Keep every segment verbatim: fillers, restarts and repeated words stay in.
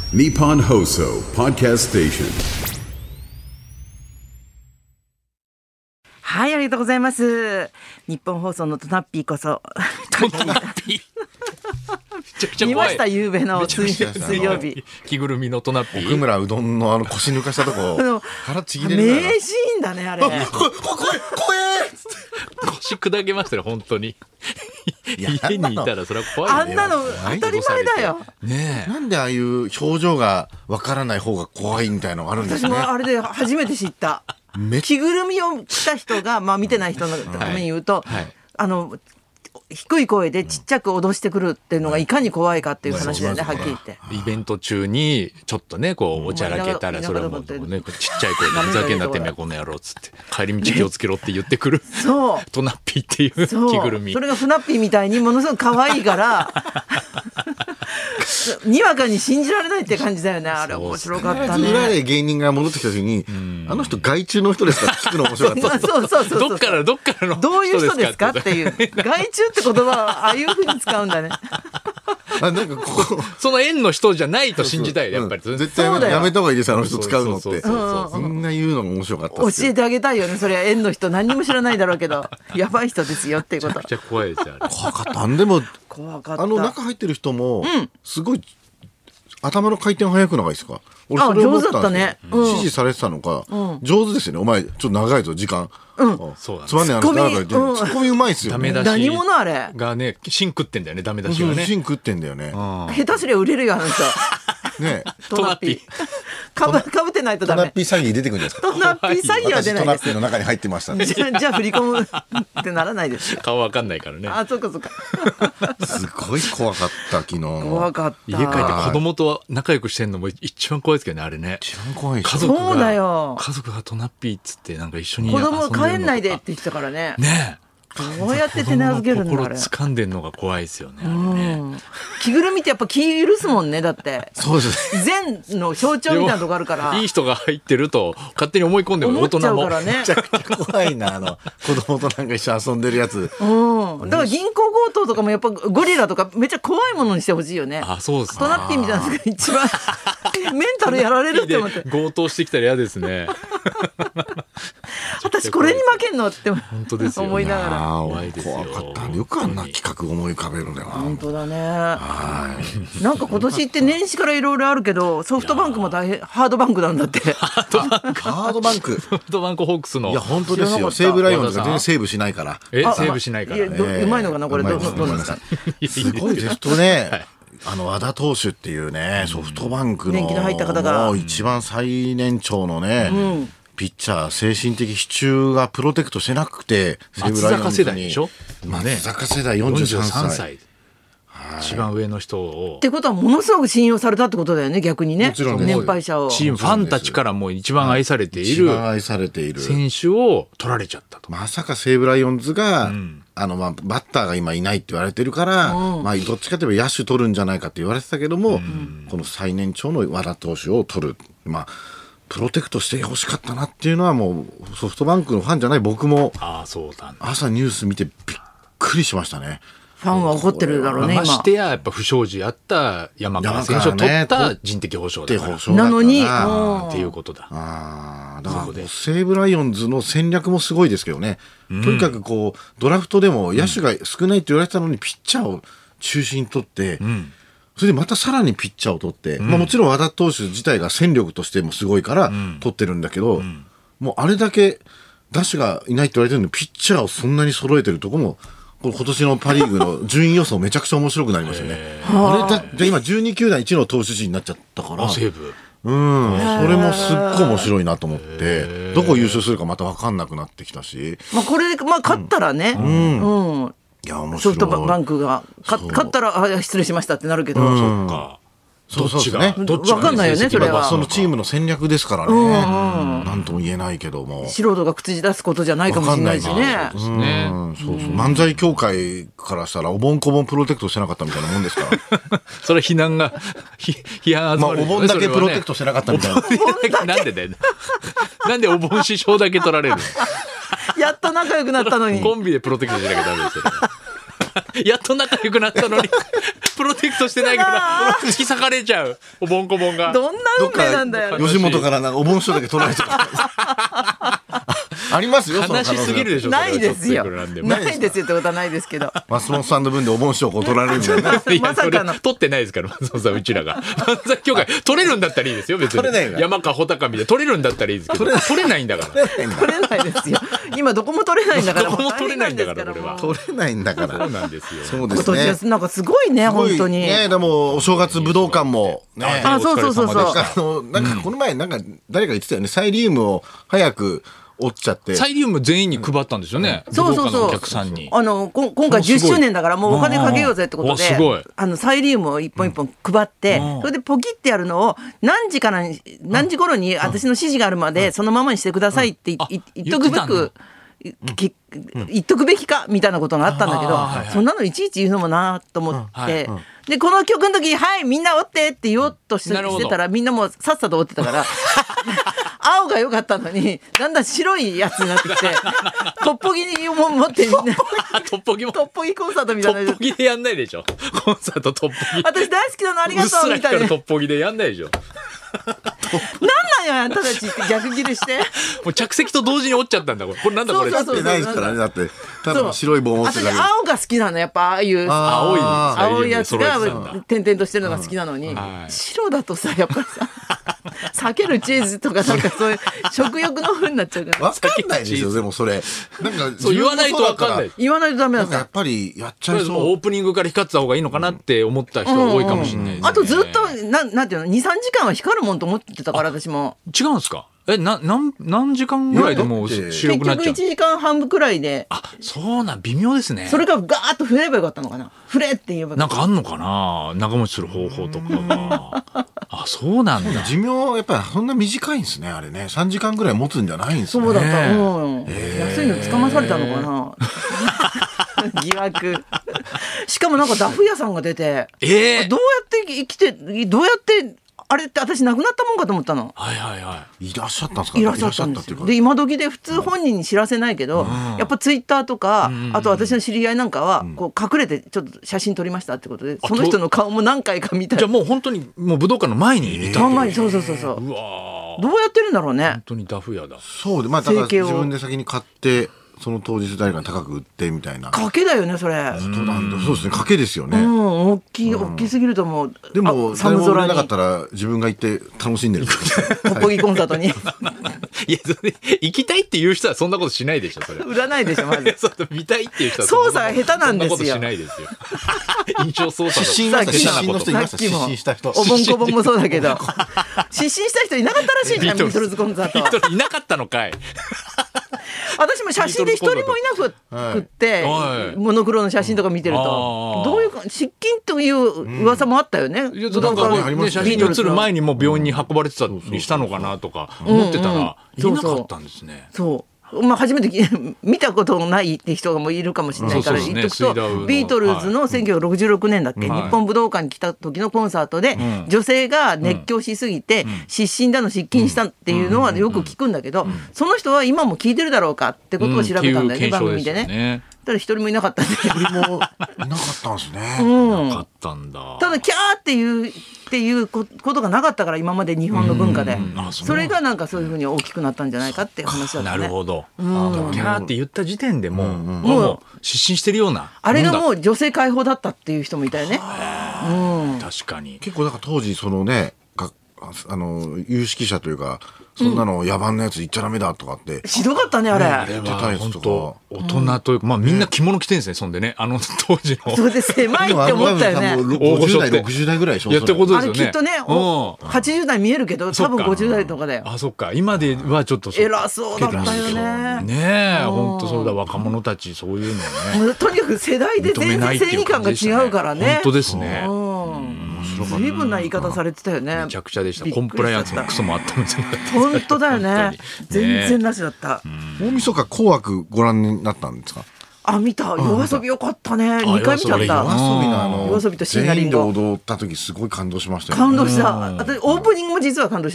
Nippon Hoso Podcast Station。 はい、ありがとうございます。日本放送のトナッピーこそトナッピーめちゃくちゃ怖い。 見ました夕べの水めちゃくちゃ水曜日。 着ぐるみのトナッピー。 奥村うどんのあの腰抜かしたとこあの腹ちぎれるぐらい名シーンだねあれ。 ここここ怖え腰砕けましたよ本当に。 いや家にいたらそれは怖いよね。 あんなの当たり前だよ。 ねえ。 なんでああいう表情がわからない方が怖いみたいなのがあるんですね。 私もあれで初めて知った。 め着ぐるみを着た人が、まあ見てない人のために言うと、 はいはい、 あの低い声でちっちゃく脅してくるっていうのがいかに怖いかっていう話だよね、はっきり言って。 イベント中にちょっとねこうおちゃらけたらそれはもうねちっちゃい声でふざけんなってめえこの野郎っつって帰り道気をつけろって言ってくるそうトナッピーっていうそう着ぐるみ。 それがフナッピーみたいにものすごく可愛いからにわかに信じられないって感じだよね。あれ面白かったね。 裏で芸人が戻ってきた時にあの人害虫の人ですかって聞くの面白かった。 そうそうそうそう。 どっからどっからのどういう人ですかっていう害虫って言葉はああいう風に使うんだね。 あなんかここその縁の人じゃないと信じたいやっぱり。 絶対やめた方がいいですあの人使うのって。 そうそうそうそんな言うのが面白かった教ですよ。 えてあげたいよね。それは縁の人何にも知らないだろうけどやばい人ですよっていうことめちゃくちゃ怖いですよあれ。 怖かった。あんでも怖かった。 あの中入ってる人もすごい頭の回転早くないですか。俺あそれ思ったんですよ上手だったねうん指示されてたのか、上手ですよね。お前ちょっと長いぞ時間、 そうなんですつまんねえ話長いツッコミうんツッコミうまいですよね。 ダメ出し何者あれがね芯食ってんだよねダメ出しがね。 芯食ってんだよね。 下手すりゃ売れるよあの人。 ねトナッピーかぶかぶってないとダメ。 トナッピー詐欺出てくるんじゃないですか。 トナッピー詐欺は出私トナッないですピーの中に入ってましたね。 じゃあじゃあ振り込むってならないですよ。 顔わかんないからね。 あそっかそっか。 すごい怖かった昨日。 怖かった。 家帰って子供と仲良くしてんのも一番怖いですけどねあれね。 一番怖いでしょ。 家族そうだよが家族がトナッピーっつってなんか一緒に子遊んでるのとか供帰んないでって言ってたからね。 ねえ。 どうやって手なずけるんだあ心れ。 掴んでんのが怖いですよね。あれうねん着ぐるみってやっぱ気許すもんね。だってそうですね。 善の象徴みたいなとこあるからいい人が入ってると勝手に思い込んでも思っちゃ大人もうからね。 めちゃくちゃ怖いなあの子供となんか一緒に遊んでるやつ。 うん、だから銀行強盗とかもやっぱゴリラとかめっちゃ怖いものにしてほしいよね。 あそうですねトナッピーみたいなのが一番メンタルやられるって思って強盗してきたら嫌ですね。 私これに負けんのって本当ですよ思いながら。 ああ怖いですよ怖かった。よくあんな企画思い浮かべるんだよな。 本当だね。 はなんか今年って年始からいろいろあるけどソフトバンクも大変ハードバンクなんだって。 い。ハードバンク。 ソフトバンクホークスのいや本当ですよ。 知らなかった西武ライオンズが全然セーブしないから。 あえセーブしないからいやどね。 うまいのかなこれどうまいですどうなんですか。 すごいですとね。あの和田投手っていうねソフトバンクの年季の入った方がもう一番最年長のね、ピッチャー精神的支柱がプロテクトしてなくて松坂世代でしょ。 松ね坂世代よんじゅうさんさい。 よんじゅうさんさい一番上の人をってことはものすごく信用されたってことだよね逆にね。 もちろんです年配者を。 チームファンたちからも一番愛されてい一る番愛されている。 選手を取られちゃったと。 まさか西武ライオンズが、あのまあバッターが今いないって言われてるから、まあどっちかといえば野手取るんじゃないかって言われてたけども、この最年長の和田投手を取る、まあプロテクトしてほしかったなっていうのはもうソフトバンクのファンじゃない僕もああそうだね。 朝ニュース見てびっくりしましたね。 ファンは怒ってるだろうねま今。 してややっぱ不祥事あった山川選手を取った人的保障だからで保証だからなのにあっていうことだ。 あだからもう西武ライオンズの戦略もすごいですけどね、とにかくこうドラフトでも野手が少ないって言われてたのにピッチャーを中心に取って、それでまたさらにピッチャーを取って、まあ、もちろん和田投手自体が戦力としてもすごいから取ってるんだけど、もうあれだけ打手がいないって言われてるのにピッチャーをそんなに揃えてるとこもこれ今年のパ・リーグの順位予想めちゃくちゃ面白くなりましたよね。あれだじゃあ今じゅうに球団いちの投手陣になっちゃったから、 あ西武うんそれもすっごい面白いなと思ってどこ優勝するかまた分かんなくなってきたし、 まあこれでまあ勝ったらね。うんうんいや面白いソフトバンクがかそう勝ったらあ失礼しましたってなるけど、 そっかそうそうですね。 どっちがわかんないよねそれは。 そのチームの戦略ですからね、なんとも言えないけども素人が口に出すことじゃないかもしれないしね。 そうですね。 うんそうそう漫才協会からしたらお盆こぼんプロテクトしてなかったみたいなもんですからそれは非難がひ批判集まあまるお盆だけプロテクトしてなかったみたいな、 なんでだよなんでお盆師匠だけ取られるのやっと仲良くなったのに。 コンビでプロテクトしなきゃダメですよねやっと仲良くなったのにプロテクトしてないから引き裂かれちゃうおぼんこぼんが。 どんな運命なんだよ。 吉本からなんかお盆書だけ取られちゃったありますよ。 悲しすぎるでしょ。 ないですよ。 なないですよってことはないですけど。 松本さんの分でお盆書を取られるみたいな。 まさかの取ってないですから松本さんうちらが漫才協会取れるんだったらいいですよ別に。 取れないんだ山川穂高みで取れるんだったらいいですけど取れないんだから取れないですよ。今どこも取れないんだから。 どこも取れないんだからこれは。 取れないんだから。 そうなんですよ。 そうです今ね。 年なんかすごいね本当に。 ねでもお正月武道館もね。 あそうそうそうそう。 あのなんかこの前なんか誰か言ってたよね。サイリウムを早く折っちゃって。 サイリウム全員に配ったんですよね。 そうそうそう。 お客さんに。 あのこ今回じゅっしゅうねんだからもうお金かけようぜってことで、 すごい。 あのサイリウムを一本一本配って、それでポキってやるのを何時から何時頃に私の指示があるまでそのままにしてくださいって言っとくべく。き言っとくべきかみたいなことがあったんだけど、はいはい、そんなのいちいち言うのもなと思って、うんはいうん、でこの曲の時はいみんな折ってって言おうとし て, してたらみんなもうさっさと折ってたから青が良かったのにだんだん白いやつになってきてトッポギを持ってみんなトッポギもトッポギコンサートみたいなトッポギでやんないでしょコンサートトッポギ私大好きなのありがとうみたいなトッポギでやんないでしょなんなんよあんたたちって逆ギレしてもう着席と同時に折っちゃったんだこれこれなんだこれそうそうそうないですからねだってただ白い棒を持ってたけど青が好きなのやっぱああいう青い青いやつが点々としてるのが好きなのに、うんはい、白だとさやっぱりさ避けるチーズとかなんかそういう食欲の風になっちゃうから分かんないですよでもそれなんかそう言わないと分かんない言わないとダメなんだやっぱりやっちゃいそうオープニングから光ってた方がいいのかなって思った人が多いかもしれないですね、うんうん、 あとずっとななんていうの にさんじかんは光るもんと思ってたから私も違うんですかえな何何時間ぐらいでもう白くなっちゃう結局いちじかんはんぶくらいであそうなん微妙ですねそれがガーッと振れればよかったのかな振れって言えばなんかあんのかな長持ちする方法とかがあそうなんだ寿命やっぱりそんな短いんですねあれねさんじかんぐらい持つんじゃないんですねそうだった、うんえー、安いのつかまされたのかな疑惑しかもなんかダフ屋さんが出て、 えー、 どうやって生きてどうやってあれって私亡くなったもんかと思ったの。 はいはいはい。 いらっしゃったんですか。 いらっしゃったんですよ。で今時で普通本人に知らせないけど、うん、やっぱツイッターとか、うん、あと私の知り合いなんかはこう隠れてちょっと写真撮りましたってことで、その人の顔も何回か見たり。 じゃあもう本当にもう武道館の前にいた。 真ん前にそうそうそうそう。うわどうやってるんだろうね。 本当にダフ屋だ。 そうでまあだから自分で先に買って。その当日誰かに高く売ってみたいな賭けだよねそれそうなんだそうですね賭けですよねうん大きい、うん、大きすぎると思うでも誰も売れなかったら自分が行って楽しんでるトッポギコンサートにいやそれ行きたいっていう人はそんなことしないでしょそれ売らないでしょまず見たいっていう人は操作が下手なんですよそんなことしないですよ印象操作失神した人いました失神した人おぼんこぼんもそうだけど失神した人いなかったらしいじゃんビートルズコンサートいなかったのかい私も写真で一人もいなくって、はい、モノクロの写真とか見てるとどういうか失禁という噂もあったよね、うん、 なんか、ね、写真に写る前にもう病院に運ばれてたりしたのかなとか思ってたらいなかったんですね。 そうそうまあ、初めて見たことのないって人もいるかもしれないから言っとくとビートルズのせんきゅうひゃくろくじゅうろくねんだっけ、はい、日本武道館に来た時のコンサートで、うん、女性が熱狂しすぎて、うん、失神だの失禁したっていうのはよく聞くんだけど、うん、その人は今も聞いてるだろうかってことを調べたんだよね、うん、番組でね。ただ一人もいなかったんで一人もいなかったんですね、 うん、 なかったんだ。 ただキャーっていうっていうことがなかったから今まで日本の文化で、それがなんかそういうふうに大きくなったんじゃないかっていう話だったね。 なるほど、うん、でもキャーって言った時点でもう、うん、もう失神してるようなあれがもう女性解放だったっていう人もいたよね、 うん、確かに結構だから当時そのねあの有識者というかそんなの野蛮なやつ言っちゃダメだとかってひどかったねあれ。あれは本当大人というか、まあみんな着物着てるんですね、そんでねあの当時の。 それで狭いって思ったよね。 ごじゅう代ろくじゅう代ぐらいでしょ。 やってことですよね。 あれきっとねはちじゅう代見えるけど多分ごじゅう代とかだよ。 あそっか今ではちょっと偉そうだったよね。 ねえ本当そうだ若者たちそういうのね。 とにかく世代で全然正義感が違うからね。 本当ですね。 随分な言い方されてたよね。 めちゃくちゃでした。コンプライアンスもクソもあったんですよ。 本当だよね。全然なしだった。 大晦日紅白ご覧になったんですか。 あ見た夜遊びよかったね。にかい見ちゃった。夜遊びのあの夜遊びとシンガリンゴ全員で踊った時すごい感動しましたよ。 感動した。私オープニングも実は感動しちゃった。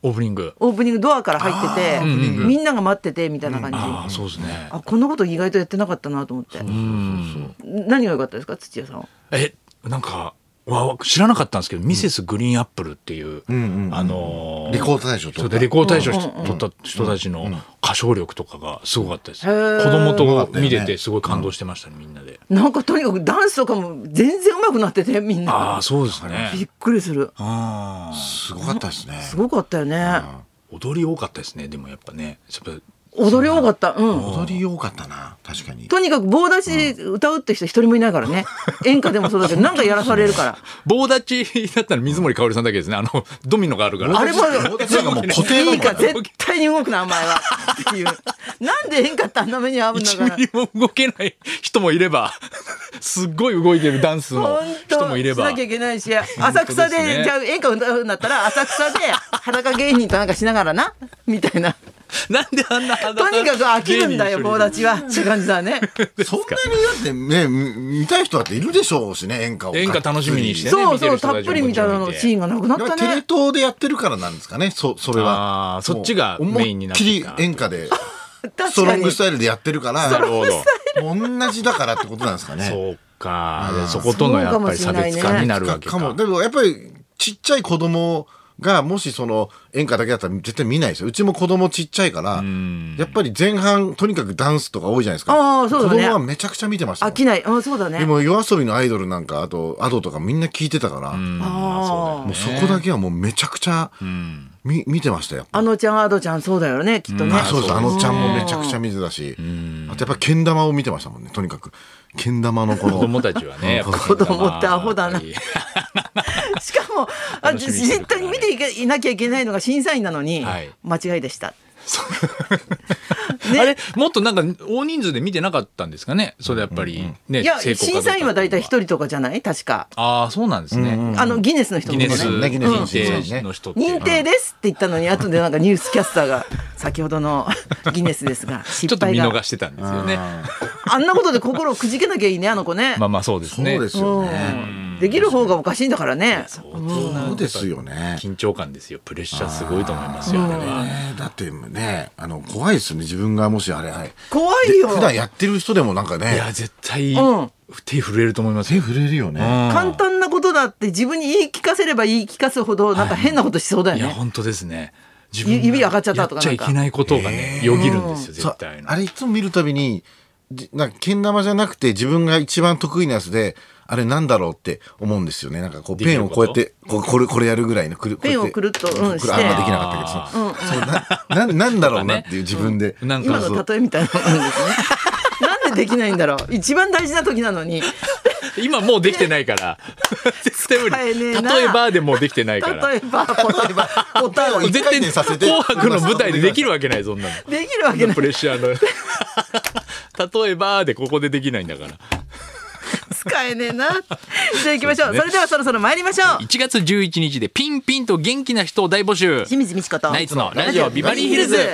オープニングオープニングドアから入ってて、みんなが待っててみたいな感じ。 あそうですね。 あこんなこと意外とやってなかったなと思って。何が良かったですか土屋さんは。 えなんかわ知らなかったんですけど、ミセスグリーンアップルっていう、 うんうん、 あのー、 レコード大賞取ったレコード大賞取った人たちの歌唱力とかがすごかったです。うんうん、子供と見ててすごい感動してましたね、みんなで。 なんかとにかくダンスとかも全然上手くなっててみんな。 ああそうですね。 びっくりする。 あすごかったですね。 すごかったよね。 踊り多かったですね。でもやっぱね。やっぱ踊り多かった、うん、 踊り多かったな確かに。 とにかく棒立ち歌うって人一人もいないからね、うん、演歌でもそうだけどなんかやらされるから棒立ちだったら水森かおりさんだけですね。あのドミノがあるからあれも棒立ちがもう固定いいか絶対に動くなお前はっていうなんで演歌ってあんな目に遭うんだから。 いちミリも動けない人もいればすっごい動いてるダンスの人もいればしなきゃいけないし、浅草で、ね、じゃあ演歌歌うんだったら浅草で裸芸人となんかしながらなみたいな。 なんであんなとにかく飽きるんだよ棒立ちはって感じだね。 そんなにだってね見たい人だっているでしょうしね演歌を演歌楽しみにしてね。 そうそうたっぷりみたいなのシーンがなくなったね。 テレ東でやってるからなんですかね。そそれはあそっちがメインになってきり演歌でストロングスタイルでやってるからなるほど同じだからってことなんですかね。 そうかそことのやっぱり差別化になるわけか。 かもでもやっぱりちっちゃい子供がもしその演歌だけだったら絶対見ないですよ。うちも子供ちっちゃいからやっぱり前半とにかくダンスとか多いじゃないですか。 あそうだね、 子供はめちゃくちゃ見てました。 飽きない。あそうだね。 でも夜遊びのアイドルなんかあとアドとかみんな聞いてたからもうそこだけはもうめちゃくちゃみ見てましたよ。 あのちゃんアドちゃんそうだよねきっとね。 あそうです。あのちゃんもめちゃくちゃ見てたしあとやっぱけん玉を見てましたもんね。とにかくけん玉のこの子供たちはね子供ってアホだな。しかもあ絶対に見ていなきゃいけないのが審査員なのに、はい、間違いでした。 ね、あれもっとなんか大人数で見てなかったんですかね。それやっぱりね。 いや審査員はだいたい一人とかじゃない確か。 ああそうなんですね。 うんうん、あのギネスの人もね。 ギネス認定の人って認定ですって言ったのに後でなんかニュースキャスターが先ほどのギネスですが失敗がちょっと見逃してたんですよね。 あんなことで心をくじけなきゃいいねあの子ね。 まあまあそうですね。 そうですよね。 できる方がおかしいんだからね。 そうですよね。 緊張感ですよ。プレッシャーすごいと思いますよ。あれはだってねあの怖いですよね。自分がもしあれ、はい、 怖いよ。 普段やってる人でもなんかね。 いや絶対、うん、手震えると思います。 手震えるよね。 簡単なことだって自分に言い聞かせれば言い聞かすほどなんか変なことしそうだよね。 いや本当ですね。 自分指上がっちゃったとかやっちゃいけないことがねよぎるんですよ絶対の。 あれいつも見るたびになんかけん玉じゃなくて自分が一番得意なやつで。あれなんだろうって思うんですよね。なんかこうペンをこうやってここれこれやるぐらいのくるペンをくるっと、うん、してあんまできなかったけど、うん、そうなななんだろうなっていう自分で、 うん、今の例えみたいなもんですね。なんでできないんだろう。一番大事な時なのに。 今もうできてないから絶対無理。例えばでもうできてないから。 例えば例えば答えを絶対させて紅白の舞台でできるわけないそんなの。 できるわけない。 プレッシャーの例えばでここでできないんだから。 使えねえな。じゃあ行きましょう、ね、それではそろそろ参りましょう。 いちがつじゅういちにちでピンピンと元気な人を大募集。 清水美智子とナイツのラジオビバリーヒルズ。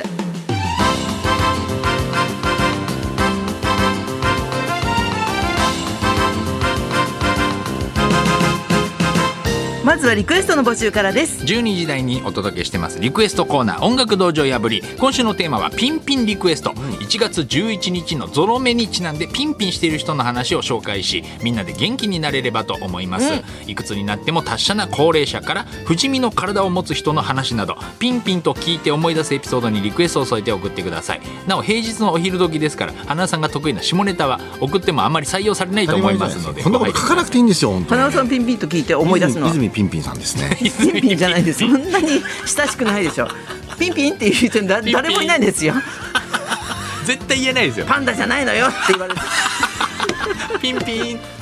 まずはリクエストの募集からです。 じゅうにじ台にお届けしてますリクエストコーナー音楽道場破り。今週のテーマはピンピンリクエスト。いちがつじゅういちにちのゾロ目にちなんでピンピンしている人の話を紹介しみんなで元気になれればと思います、うん、いくつになっても達者な高齢者から不死身の体を持つ人の話などピンピンと聞いて思い出すエピソードにリクエストを添えて送ってください。なお平日のお昼時ですから花さんが得意な下ネタは送ってもあんまり採用されないと思いますのでこんなこと書かなくていいんですよ。本当に花さんピンピンと聞いて思い出すのは泉ピンピンさんですね。 ピンピンじゃないです。そんなに親しくないでしょ。ピンピンって言う人だ誰もいないんですよ。 絶対言えないですよ。 パンダじゃないのよって言われてピンピン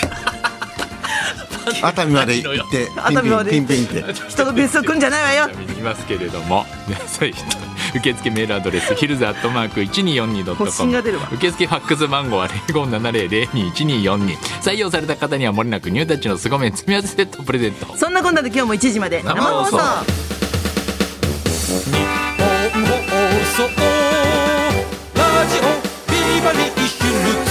熱海まで行って熱海までピンピンピンって人の別荘来んじゃないわよ。 いますけれども、ね、そういう人受付メールアドレスヒルズアットマーク いちにーよんにードットコム 受付ファックス番号は ゼロごーななゼロゼロにーいちにーよんにー。 採用された方にはもれなくニュータッチの凄麺積み合わせセットプレゼント。 そんなこんなで今日もいちじまで生放送。 日本放送ラジオビバリーヒルズ